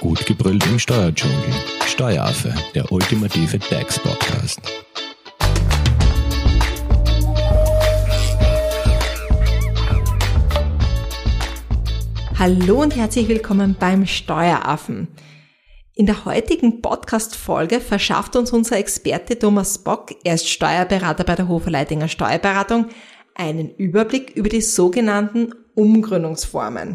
Gut gebrüllt im Steuerdschungel. Steueraffe, der ultimative DAX-Podcast. Hallo und herzlich willkommen beim Steueraffen. In der heutigen Podcast-Folge verschafft uns unser Experte Thomas Bock, er ist Steuerberater bei der Hofer-Leidinger Steuerberatung, einen Überblick über die sogenannten Umgründungsformen.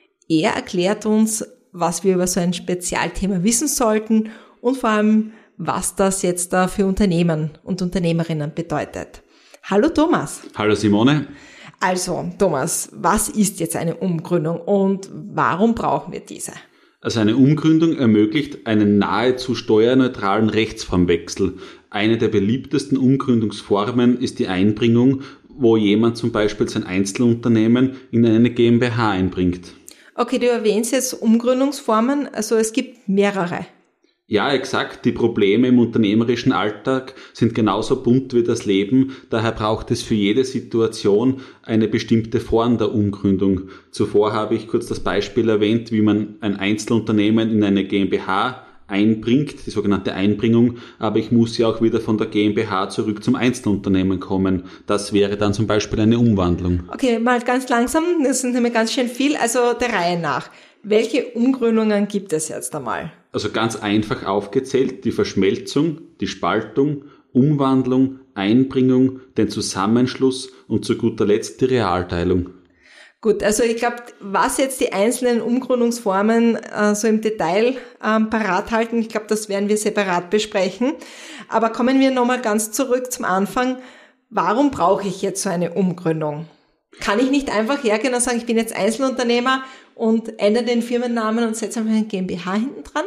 Er erklärt uns, was wir über so ein Spezialthema wissen sollten und vor allem, was das jetzt da für Unternehmen und Unternehmerinnen bedeutet. Hallo Thomas. Hallo Simone. Also Thomas, was ist jetzt eine Umgründung und warum brauchen wir diese? Also eine Umgründung ermöglicht einen nahezu steuerneutralen Rechtsformwechsel. Eine der beliebtesten Umgründungsformen ist die Einbringung, wo jemand zum Beispiel sein Einzelunternehmen in eine GmbH einbringt. Okay, du erwähnst jetzt Umgründungsformen, also es gibt mehrere. Ja, exakt. Die Probleme im unternehmerischen Alltag sind genauso bunt wie das Leben. Daher braucht es für jede Situation eine bestimmte Form der Umgründung. Zuvor habe ich kurz das Beispiel erwähnt, wie man ein Einzelunternehmen in eine GmbH einbringt, die sogenannte Einbringung, aber ich muss ja auch wieder von der GmbH zurück zum Einzelunternehmen kommen. Das wäre dann zum Beispiel eine Umwandlung. Okay, mal ganz langsam, das sind nämlich ganz schön viel, also der Reihe nach. Welche Umgründungen gibt es jetzt einmal? Also ganz einfach aufgezählt, die Verschmelzung, die Spaltung, Umwandlung, Einbringung, den Zusammenschluss und zu guter Letzt die Realteilung. Gut, also ich glaube, was jetzt die einzelnen Umgründungsformen so im Detail parat halten, ich glaube, das werden wir separat besprechen. Aber kommen wir nochmal ganz zurück zum Anfang. Warum brauche ich jetzt so eine Umgründung? Kann ich nicht einfach hergehen und sagen, ich bin jetzt Einzelunternehmer und ändere den Firmennamen und setze einfach eine GmbH hinten dran?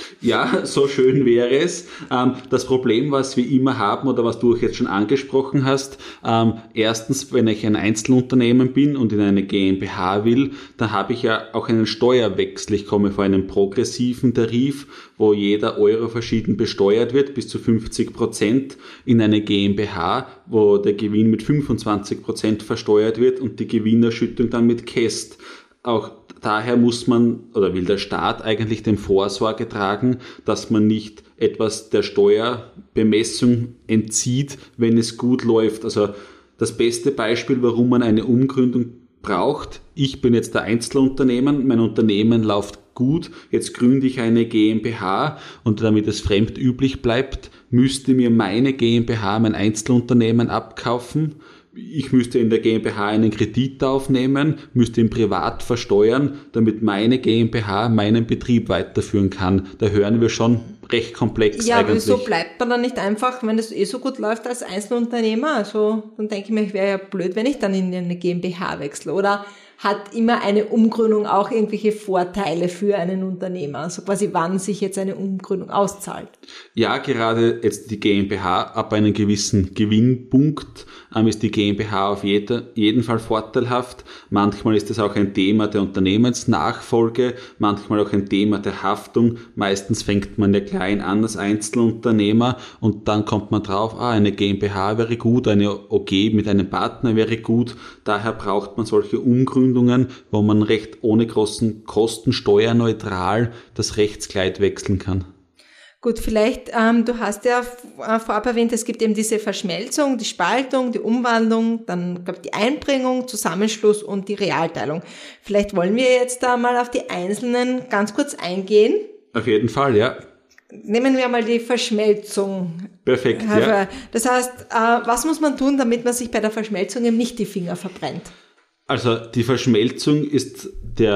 Ja, so schön wäre es. Das Problem, was wir immer haben oder was du jetzt schon angesprochen hast, erstens, wenn ich ein Einzelunternehmen bin und in eine GmbH will, dann habe ich ja auch einen Steuerwechsel. Ich komme vor einem progressiven Tarif, wo jeder Euro verschieden besteuert wird, bis zu 50%, in eine GmbH, wo der Gewinn mit 25% versteuert wird und die Gewinnerschüttung dann mit KEST. Auch daher muss man oder will der Staat eigentlich den Vorsorge tragen, dass man nicht etwas der Steuerbemessung entzieht, wenn es gut läuft. Also das beste Beispiel, warum man eine Umgründung braucht. Ich bin jetzt der Einzelunternehmer, mein Unternehmen läuft gut, jetzt gründe ich eine GmbH und damit es fremdüblich bleibt, müsste mir meine GmbH mein Einzelunternehmen abkaufen. Ich müsste in der GmbH einen Kredit aufnehmen, müsste ihn privat versteuern, damit meine GmbH meinen Betrieb weiterführen kann. Da hören wir schon recht komplex ja, eigentlich. Ja, wieso bleibt man dann nicht einfach, wenn das so gut läuft als Einzelunternehmer? Also dann denke ich mir, ich wäre ja blöd, wenn ich dann in eine GmbH wechsle. Oder hat immer eine Umgründung auch irgendwelche Vorteile für einen Unternehmer? Also quasi wann sich jetzt eine Umgründung auszahlt? Ja, gerade jetzt die GmbH ab einem gewissen Gewinnpunkt ist die GmbH auf jeden Fall vorteilhaft. Manchmal ist es auch ein Thema der Unternehmensnachfolge, manchmal auch ein Thema der Haftung. Meistens fängt man ja klein an als Einzelunternehmer und dann kommt man drauf, eine GmbH wäre gut, eine OG mit einem Partner wäre gut. Daher braucht man solche Umgründungen, wo man recht ohne großen Kosten steuerneutral das Rechtskleid wechseln kann. Gut, vielleicht, du hast ja vorab erwähnt, es gibt eben diese Verschmelzung, die Spaltung, die Umwandlung, dann die Einbringung, Zusammenschluss und die Realteilung. Vielleicht wollen wir jetzt da mal auf die einzelnen ganz kurz eingehen. Auf jeden Fall, ja. Nehmen wir mal die Verschmelzung. Perfekt, ja. Das heißt, was muss man tun, damit man sich bei der Verschmelzung eben nicht die Finger verbrennt? Also die Verschmelzung ist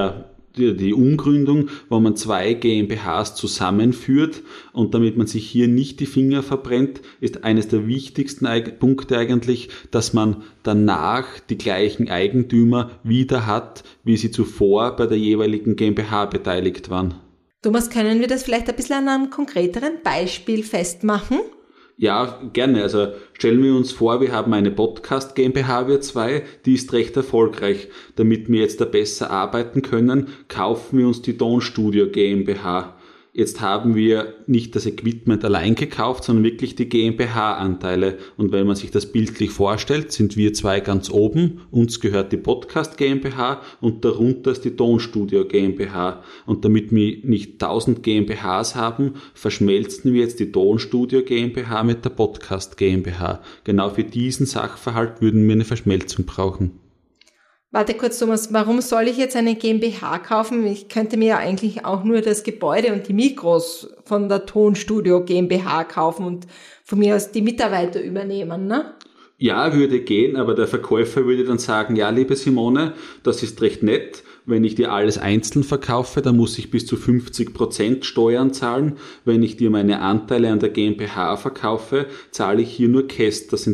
die Umgründung, wo man zwei GmbHs zusammenführt und damit man sich hier nicht die Finger verbrennt, ist eines der wichtigsten Punkte eigentlich, dass man danach die gleichen Eigentümer wieder hat, wie sie zuvor bei der jeweiligen GmbH beteiligt waren. Thomas, können wir das vielleicht ein bisschen an einem konkreteren Beispiel festmachen? Ja, gerne. Also stellen wir uns vor, wir haben eine Podcast GmbH, wir zwei, die ist recht erfolgreich. Damit wir jetzt da besser arbeiten können, kaufen wir uns die Tonstudio GmbH. Jetzt haben wir nicht das Equipment allein gekauft, sondern wirklich die GmbH-Anteile. Und wenn man sich das bildlich vorstellt, sind wir zwei ganz oben. Uns gehört die Podcast GmbH und darunter ist die Tonstudio GmbH. Und damit wir nicht 1000 GmbHs haben, verschmelzen wir jetzt die Tonstudio GmbH mit der Podcast GmbH. Genau für diesen Sachverhalt würden wir eine Verschmelzung brauchen. Warte kurz, Thomas, warum soll ich jetzt eine GmbH kaufen? Ich könnte mir ja eigentlich auch nur das Gebäude und die Mikros von der Tonstudio GmbH kaufen und von mir aus die Mitarbeiter übernehmen, ne? Ja, würde gehen, aber der Verkäufer würde dann sagen, ja, liebe Simone, das ist recht nett. Wenn ich dir alles einzeln verkaufe, dann muss ich bis zu 50% Steuern zahlen. Wenn ich dir meine Anteile an der GmbH verkaufe, zahle ich hier nur Käst, das sind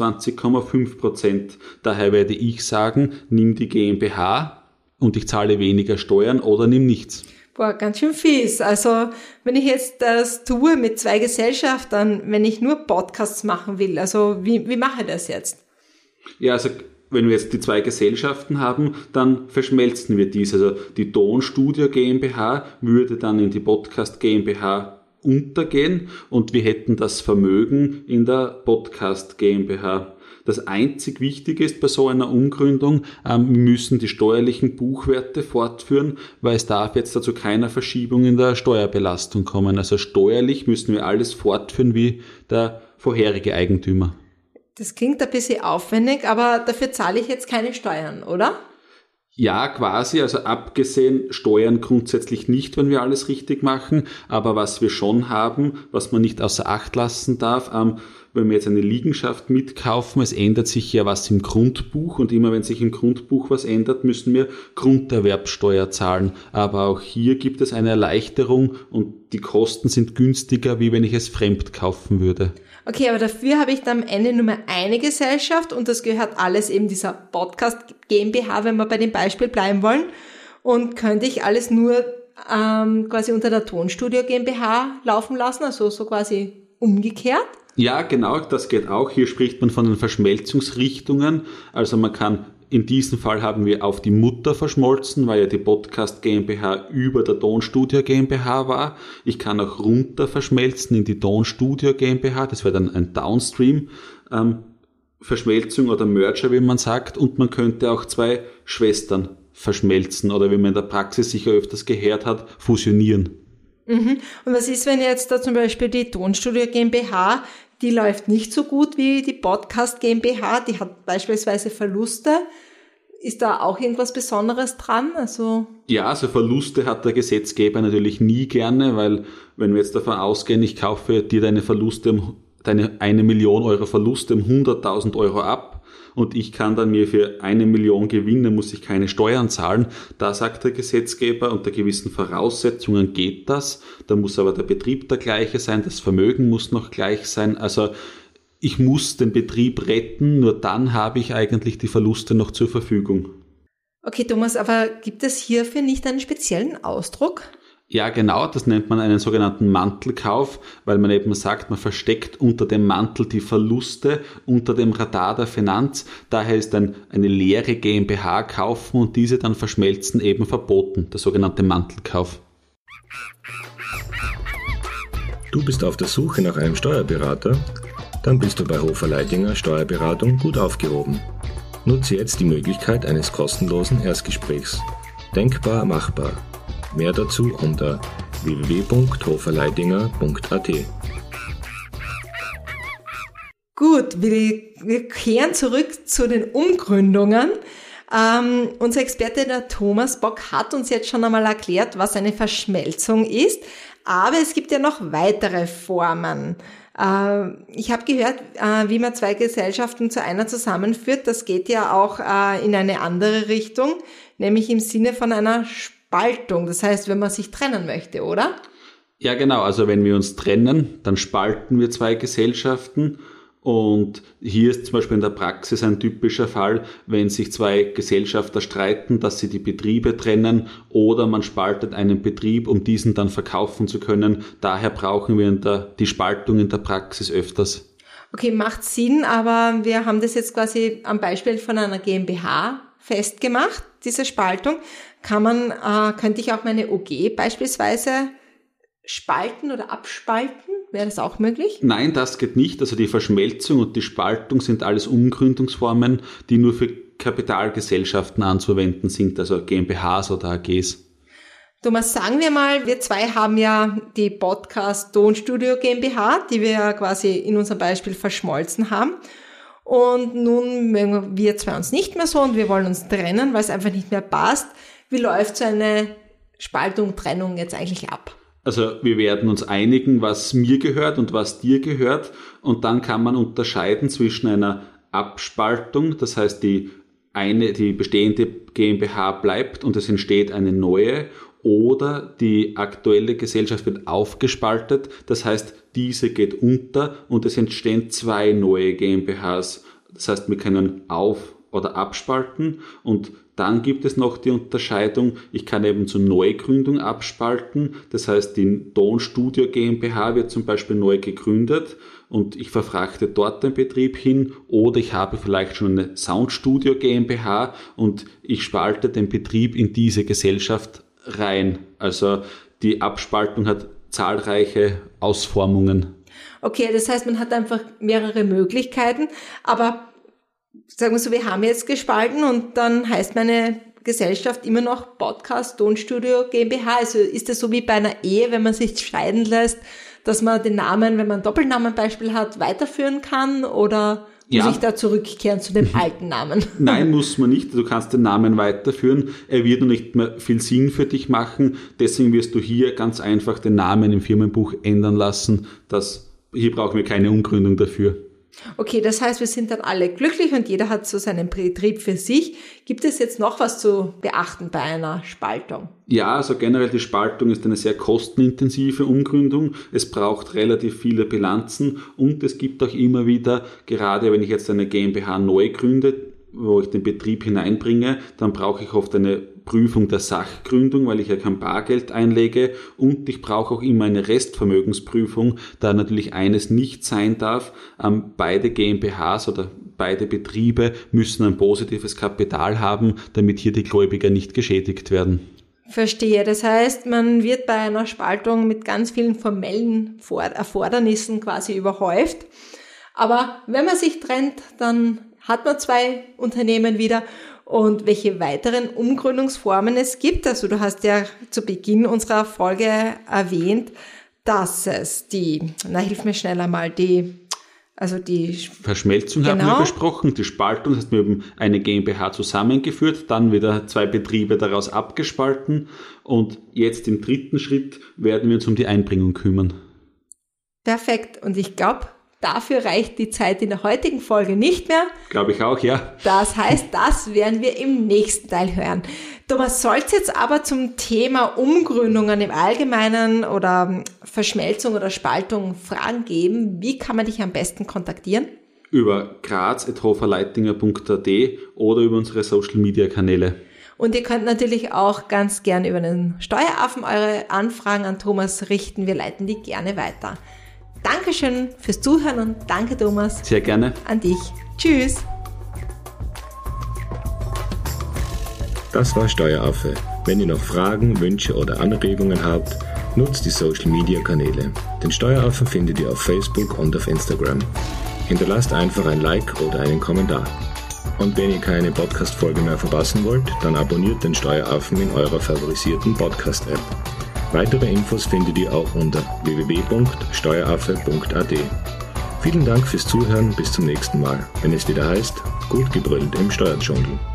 27,5%. Daher werde ich sagen, nimm die GmbH und ich zahle weniger Steuern oder nimm nichts. Boah, ganz schön fies. Also, wenn ich jetzt das tue mit 2 Gesellschaftern, wenn ich nur Podcasts machen will, also wie mache ich das jetzt? Ja, also wenn wir jetzt die 2 Gesellschaften haben, dann verschmelzen wir dies. Also die Tonstudio GmbH würde dann in die Podcast GmbH untergehen und wir hätten das Vermögen in der Podcast GmbH. Das einzig Wichtige ist bei so einer Umgründung, wir müssen die steuerlichen Buchwerte fortführen, weil es darf jetzt dazu keiner Verschiebung in der Steuerbelastung kommen. Also steuerlich müssen wir alles fortführen wie der vorherige Eigentümer. Das klingt ein bisschen aufwendig, aber dafür zahle ich jetzt keine Steuern, oder? Ja, quasi, also abgesehen Steuern grundsätzlich nicht, wenn wir alles richtig machen, aber was wir schon haben, was man nicht außer Acht lassen darf, wenn wir jetzt eine Liegenschaft mitkaufen, es ändert sich ja was im Grundbuch und immer wenn sich im Grundbuch was ändert, müssen wir Grunderwerbsteuer zahlen. Aber auch hier gibt es eine Erleichterung und die Kosten sind günstiger, wie wenn ich es fremd kaufen würde. Okay, aber dafür habe ich dann am Ende nur mehr eine Gesellschaft und das gehört alles eben dieser Podcast GmbH, wenn wir bei dem Beispiel bleiben wollen. Und könnte ich alles nur quasi unter der Tonstudio GmbH laufen lassen, also so quasi umgekehrt? Ja, genau, das geht auch. Hier spricht man von den Verschmelzungsrichtungen. Also man kann, in diesem Fall haben wir auf die Mutter verschmolzen, weil ja die Podcast GmbH über der Tonstudio GmbH war. Ich kann auch runter verschmelzen in die Tonstudio GmbH. Das wäre dann ein Downstream. Verschmelzung oder Merger, wie man sagt. Und man könnte auch 2 Schwestern verschmelzen oder wie man in der Praxis sicher öfters gehört hat, fusionieren. Mhm. Und was ist, wenn jetzt da zum Beispiel die Tonstudio GmbH, die läuft nicht so gut wie die Podcast GmbH, die hat beispielsweise Verluste. Ist da auch irgendwas Besonderes dran? Ja, also Verluste hat der Gesetzgeber natürlich nie gerne, weil wenn wir jetzt davon ausgehen, ich kaufe dir deine 1 Million Euro Verluste um 100.000 Euro ab und ich kann dann mir für 1 Million Gewinne, muss ich keine Steuern zahlen. Da sagt der Gesetzgeber, unter gewissen Voraussetzungen geht das. Da muss aber der Betrieb der gleiche sein, das Vermögen muss noch gleich sein. Also ich muss den Betrieb retten, nur dann habe ich eigentlich die Verluste noch zur Verfügung. Okay, Thomas, aber gibt es hierfür nicht einen speziellen Ausdruck? Ja, genau, das nennt man einen sogenannten Mantelkauf, weil man eben sagt, man versteckt unter dem Mantel die Verluste, unter dem Radar der Finanz. Daher ist eine leere GmbH kaufen und diese dann verschmelzen eben verboten, der sogenannte Mantelkauf. Du bist auf der Suche nach einem Steuerberater? Dann bist du bei Hofer Leidinger Steuerberatung gut aufgehoben. Nutze jetzt die Möglichkeit eines kostenlosen Erstgesprächs. Denkbar machbar. Mehr dazu unter www.hoferleidinger.at. Gut, wir kehren zurück zu den Umgründungen. Unser Experte, der Thomas Bock, hat uns jetzt schon einmal erklärt, was eine Verschmelzung ist. Aber es gibt ja noch weitere Formen. Ich habe gehört, wie man 2 Gesellschaften zu einer zusammenführt. Das geht ja auch in eine andere Richtung, nämlich im Sinne von einer Spaltung. Das heißt, wenn man sich trennen möchte, oder? Ja, genau. Also wenn wir uns trennen, dann spalten wir 2 Gesellschaften. Und hier ist zum Beispiel in der Praxis ein typischer Fall, wenn sich 2 Gesellschafter streiten, dass sie die Betriebe trennen oder man spaltet einen Betrieb, um diesen dann verkaufen zu können. Daher brauchen wir die Spaltung in der Praxis öfters. Okay, macht Sinn, aber wir haben das jetzt quasi am Beispiel von einer GmbH festgemacht, diese Spaltung. Könnte ich auch meine OG beispielsweise spalten oder abspalten? Wäre das auch möglich? Nein, das geht nicht. Also die Verschmelzung und die Spaltung sind alles Umgründungsformen, die nur für Kapitalgesellschaften anzuwenden sind, also GmbHs oder AGs. Thomas, sagen wir mal, wir zwei haben ja die Podcast Tonstudio GmbH, die wir ja quasi in unserem Beispiel verschmolzen haben. Und nun mögen wir zwei uns nicht mehr so und wir wollen uns trennen, weil es einfach nicht mehr passt. Wie läuft so eine Spaltung, Trennung jetzt eigentlich ab? Also wir werden uns einigen, was mir gehört und was dir gehört. Und dann kann man unterscheiden zwischen einer Abspaltung, das heißt die bestehende GmbH bleibt und es entsteht eine neue, oder die aktuelle Gesellschaft wird aufgespaltet, das heißt, diese geht unter und es entstehen zwei neue GmbHs. Das heißt, wir können auf- oder abspalten und dann gibt es noch die Unterscheidung, ich kann eben zur Neugründung abspalten, das heißt, die Tonstudio GmbH wird zum Beispiel neu gegründet und ich verfrachte dort den Betrieb hin oder ich habe vielleicht schon eine Soundstudio GmbH und ich spalte den Betrieb in diese Gesellschaft rein. Also die Abspaltung hat zahlreiche Ausformungen. Okay, das heißt, man hat einfach mehrere Möglichkeiten, aber sagen wir so, wir haben jetzt gespalten und dann heißt meine Gesellschaft immer noch Podcast Tonstudio GmbH. Also ist das so wie bei einer Ehe, wenn man sich scheiden lässt, dass man den Namen, wenn man ein Doppelnamenbeispiel hat, weiterführen kann oder muss ich da zurückkehren zu dem alten Namen? Nein, muss man nicht. Du kannst den Namen weiterführen. Er wird noch nicht mehr viel Sinn für dich machen. Deswegen wirst du hier ganz einfach den Namen im Firmenbuch ändern lassen. Hier brauchen wir keine Umgründung dafür. Okay, das heißt, wir sind dann alle glücklich und jeder hat so seinen Betrieb für sich. Gibt es jetzt noch was zu beachten bei einer Spaltung? Ja, also generell die Spaltung ist eine sehr kostenintensive Umgründung. Es braucht relativ viele Bilanzen und es gibt auch immer wieder, gerade wenn ich jetzt eine GmbH neu gründe, wo ich den Betrieb hineinbringe, dann brauche ich oft eine Prüfung der Sachgründung, weil ich ja kein Bargeld einlege und ich brauche auch immer eine Restvermögensprüfung, da natürlich eines nicht sein darf, beide GmbHs oder beide Betriebe müssen ein positives Kapital haben, damit hier die Gläubiger nicht geschädigt werden. Verstehe. Das heißt, man wird bei einer Spaltung mit ganz vielen formellen Erfordernissen quasi überhäuft. Aber wenn man sich trennt, dann hat man zwei Unternehmen wieder. Und welche weiteren Umgründungsformen es gibt. Also du hast ja zu Beginn unserer Folge erwähnt, dass es hilf mir schnell einmal, die Verschmelzung haben wir besprochen, die Spaltung, das heißt, wir haben eine GmbH zusammengeführt, dann wieder zwei Betriebe daraus abgespalten und jetzt im dritten Schritt werden wir uns um die Einbringung kümmern. Perfekt. Und ich glaube, dafür reicht die Zeit in der heutigen Folge nicht mehr. Glaube ich auch, ja. Das heißt, das werden wir im nächsten Teil hören. Thomas, soll es jetzt aber zum Thema Umgründungen im Allgemeinen oder Verschmelzung oder Spaltung Fragen geben? Wie kann man dich am besten kontaktieren? Über graz@hoferleitinger.at oder über unsere Social-Media-Kanäle. Und ihr könnt natürlich auch ganz gern über den Steueraffen eure Anfragen an Thomas richten. Wir leiten die gerne weiter. Dankeschön fürs Zuhören und danke, Thomas. Sehr gerne. An dich. Tschüss. Das war Steueraffe. Wenn ihr noch Fragen, Wünsche oder Anregungen habt, nutzt die Social-Media-Kanäle. Den Steueraffen findet ihr auf Facebook und auf Instagram. Hinterlasst einfach ein Like oder einen Kommentar. Und wenn ihr keine Podcast-Folge mehr verpassen wollt, dann abonniert den Steueraffen in eurer favorisierten Podcast-App. Weitere Infos findet ihr auch unter www.steueraffe.at. Vielen Dank fürs Zuhören, bis zum nächsten Mal, wenn es wieder heißt, gut gebrüllt im Steuerdschungel.